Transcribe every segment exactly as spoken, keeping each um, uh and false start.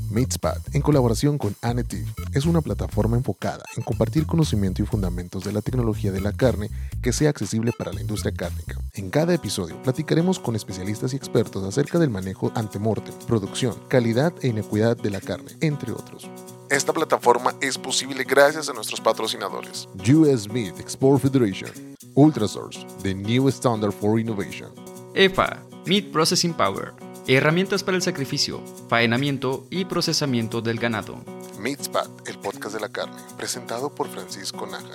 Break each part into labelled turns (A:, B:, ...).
A: MeatSpot, en colaboración con Anetiv, es una plataforma enfocada en compartir conocimiento y fundamentos de la tecnología de la carne que sea accesible para la industria cárnica. En cada episodio platicaremos con especialistas y expertos acerca del manejo ante-mortem, producción, calidad e inequidad de la carne, entre otros. Esta plataforma es posible gracias a nuestros patrocinadores: U S Meat Export Federation, Ultrasource, the new standard for innovation,
B: E F A, Meat Processing Power, herramientas para el sacrificio, faenamiento y procesamiento del ganado.
A: MeatSpot, el podcast de la carne, presentado por Francisco Nájar.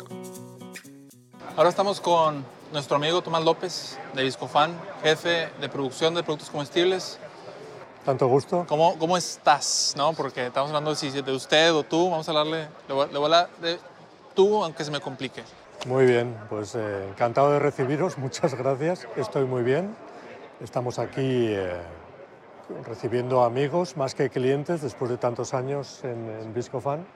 C: Ahora estamos con nuestro amigo Tomás López de Viscofan, jefe de producción de productos comestibles.
D: Tanto gusto.
C: ¿Cómo, cómo estás? ¿No? Porque estamos hablando de, si de usted o tú. Vamos a hablarle, le voy, le voy a hablar de tú, aunque se me complique.
D: Muy bien, pues eh, encantado de recibiros, muchas gracias. Estoy muy bien. Estamos aquí eh, recibiendo amigos más que clientes después de tantos años en, en Viscofan.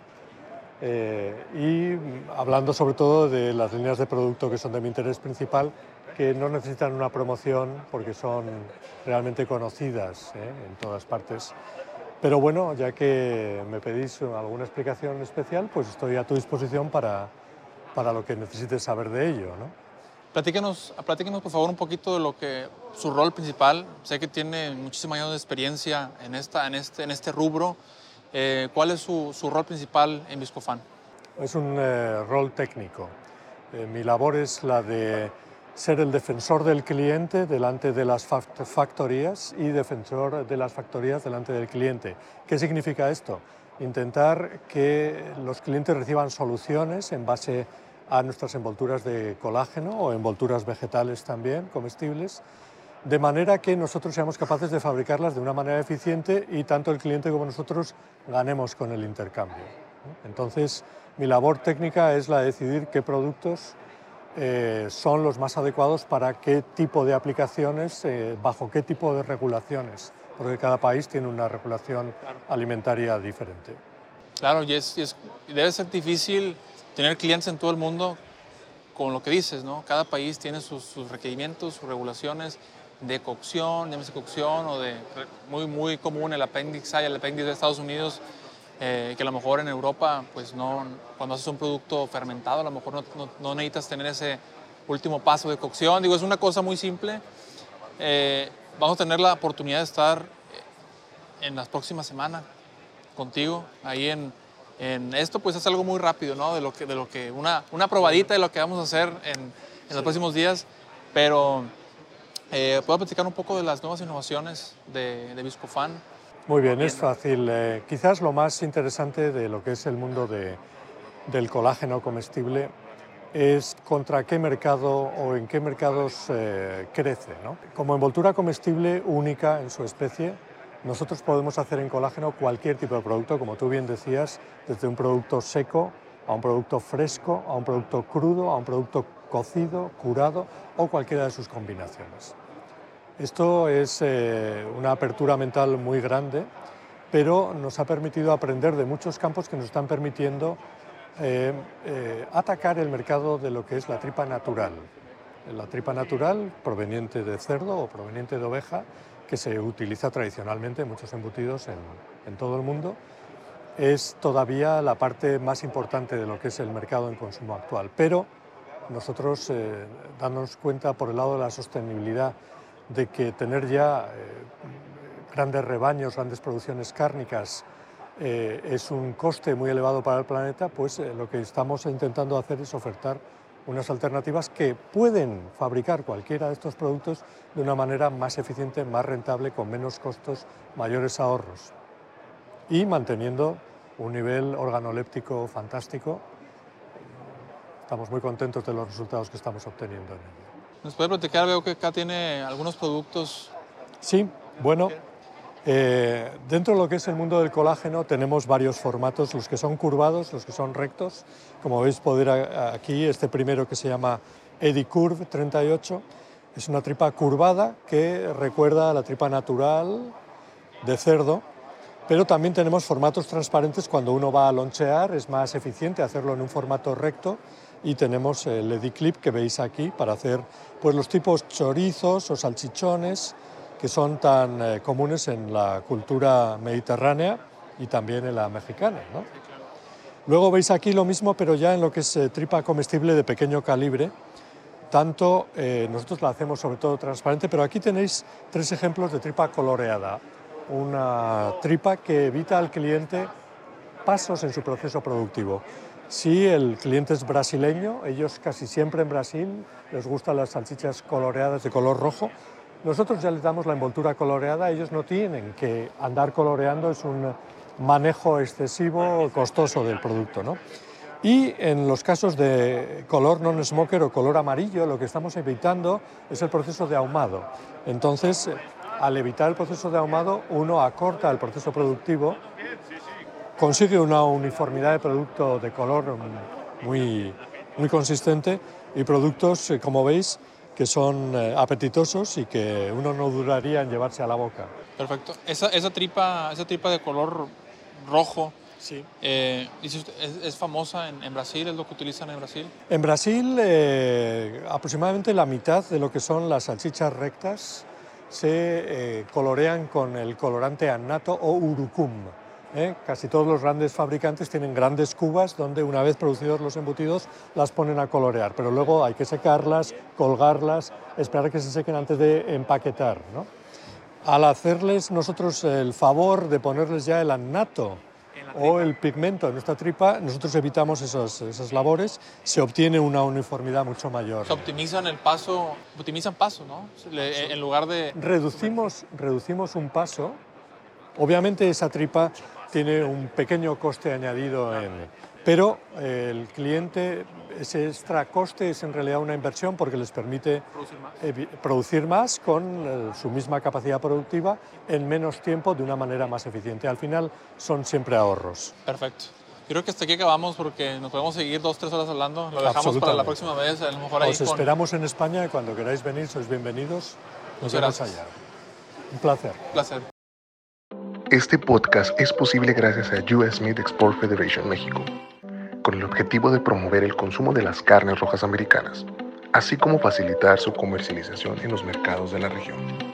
D: Eh, y hablando sobre todo de las líneas de producto que son de mi interés principal, que no necesitan una promoción porque son realmente conocidas ¿eh? en todas partes. Pero bueno, ya que me pedís alguna explicación especial, pues estoy a tu disposición para, para lo que necesites saber de ello, ¿no?
C: Platíquenos, platíquenos, por favor, un poquito de lo que su rol principal. Sé que tiene muchísimos años de experiencia en, esta, en, este, en este rubro. Eh, ¿Cuál es su, su rol principal en Viscofan?
D: Es un eh, rol técnico. Eh, mi labor es la de ser el defensor del cliente delante de las factorías y defensor de las factorías delante del cliente. ¿Qué significa esto? Intentar que los clientes reciban soluciones en base a nuestras envolturas de colágeno o envolturas vegetales también, comestibles, de manera que nosotros seamos capaces de fabricarlas de una manera eficiente y tanto el cliente como nosotros ganemos con el intercambio. Entonces, mi labor técnica es la de decidir qué productos eh, son los más adecuados para qué tipo de aplicaciones, eh, bajo qué tipo de regulaciones, porque cada país tiene una regulación alimentaria diferente.
C: Claro, y, es, y, es, y debe ser difícil tener clientes en todo el mundo con lo que dices, ¿no? Cada país tiene sus, sus requerimientos, sus regulaciones de cocción, llámese cocción, o de muy, muy común el Appendix A y el Appendix de Estados Unidos, eh, que a lo mejor en Europa, pues no, cuando haces un producto fermentado, a lo mejor no, no, no necesitas tener ese último paso de cocción. Digo, es una cosa muy simple. Eh, vamos a tener la oportunidad de estar en las próximas semanas contigo, ahí en, en esto, pues es algo muy rápido, ¿no? De lo que, de lo que una, una probadita de lo que vamos a hacer en, en sí. los próximos días, pero eh, ¿puedo platicar un poco de las nuevas innovaciones de, de Viscofan?
D: Muy bien, es fácil. Eh, quizás lo más interesante de lo que es el mundo de, del colágeno comestible es contra qué mercado o en qué mercados eh, crece, ¿no? Como envoltura comestible única en su especie, nosotros podemos hacer en colágeno cualquier tipo de producto, como tú bien decías, desde un producto seco a un producto fresco, a un producto crudo, a un producto cocido, curado o cualquiera de sus combinaciones. Esto es eh, una apertura mental muy grande, pero nos ha permitido aprender de muchos campos que nos están permitiendo eh, eh, atacar el mercado de lo que es la tripa natural. La tripa natural proveniente de cerdo o proveniente de oveja, que se utiliza tradicionalmente en muchos embutidos en, en todo el mundo, es todavía la parte más importante de lo que es el mercado en consumo actual. Pero nosotros, eh, dándonos cuenta por el lado de la sostenibilidad, de que tener ya eh, grandes rebaños, grandes producciones cárnicas, eh, es un coste muy elevado para el planeta, pues eh, lo que estamos intentando hacer es ofertar unas alternativas que pueden fabricar cualquiera de estos productos de una manera más eficiente, más rentable, con menos costos, mayores ahorros y manteniendo un nivel organoléptico fantástico. Estamos muy contentos de los resultados que estamos obteniendo en ello.
C: ¿Nos puede platicar? Veo que acá tiene algunos productos.
D: Sí, bueno, eh, dentro de lo que es el mundo del colágeno tenemos varios formatos, los que son curvados, los que son rectos. Como veis poder aquí, este primero que se llama EdiCurve treinta y ocho, es una tripa curvada que recuerda a la tripa natural de cerdo, pero también tenemos formatos transparentes cuando uno va a lonchear, es más eficiente hacerlo en un formato recto, y tenemos el EdiClip que veis aquí para hacer pues, los tipos chorizos o salchichones que son tan eh, comunes en la cultura mediterránea y también en la mexicana, ¿no? Luego veis aquí lo mismo, pero ya en lo que es eh, tripa comestible de pequeño calibre. Tanto, eh, nosotros la hacemos sobre todo transparente, pero aquí tenéis tres ejemplos de tripa coloreada. Una tripa que evita al cliente pasos en su proceso productivo. Si el cliente es brasileño, ellos casi siempre en Brasil les gustan las salchichas coloreadas de color rojo. Nosotros ya les damos la envoltura coloreada, ellos no tienen que andar coloreando, es un manejo excesivo, costoso del producto, ¿no? Y en los casos de color non-smoker o color amarillo, lo que estamos evitando es el proceso de ahumado. Entonces, al evitar el proceso de ahumado, uno acorta el proceso productivo, consigue una uniformidad de producto de color muy, muy consistente y productos, como veis, que son apetitosos y que uno no dudaría en llevarse a la boca.
C: Perfecto. Esa, esa, tripa, esa tripa de color rojo,
D: sí.
C: eh, ¿es, es famosa en, en Brasil? ¿Es lo que utilizan en Brasil?
D: En Brasil, eh, aproximadamente la mitad de lo que son las salchichas rectas se eh, colorean con el colorante annato o urucum. ¿Eh? Casi todos los grandes fabricantes tienen grandes cubas donde una vez producidos los embutidos las ponen a colorear, pero luego hay que secarlas, colgarlas, esperar que se sequen antes de empaquetar, ¿no? Al hacerles nosotros el favor de ponerles ya el annato o el pigmento en nuestra tripa, nosotros evitamos esos, esas labores, se obtiene una uniformidad mucho mayor.
C: Se optimizan el paso, optimizan paso, ¿no? Le, en lugar de...
D: Reducimos, reducimos un paso. Obviamente esa tripa tiene un pequeño coste añadido, en, pero eh, el cliente, ese extra coste es en realidad una inversión porque les permite
C: producir más,
D: eh, producir más con eh, su misma capacidad productiva en menos tiempo de una manera más eficiente. Al final son siempre ahorros.
C: Perfecto. Yo creo que hasta aquí acabamos porque nos podemos seguir dos, tres horas hablando. Lo dejamos para la próxima vez. A lo mejor ahí
D: Os
C: con...
D: esperamos en España y cuando queráis venir sois bienvenidos. Nos
C: Muchas
D: vemos
C: gracias.
D: allá. Un placer.
C: Un placer.
A: Este podcast es posible gracias a U S Meat Export Federation México, con el objetivo de promover el consumo de las carnes rojas americanas, así como facilitar su comercialización en los mercados de la región.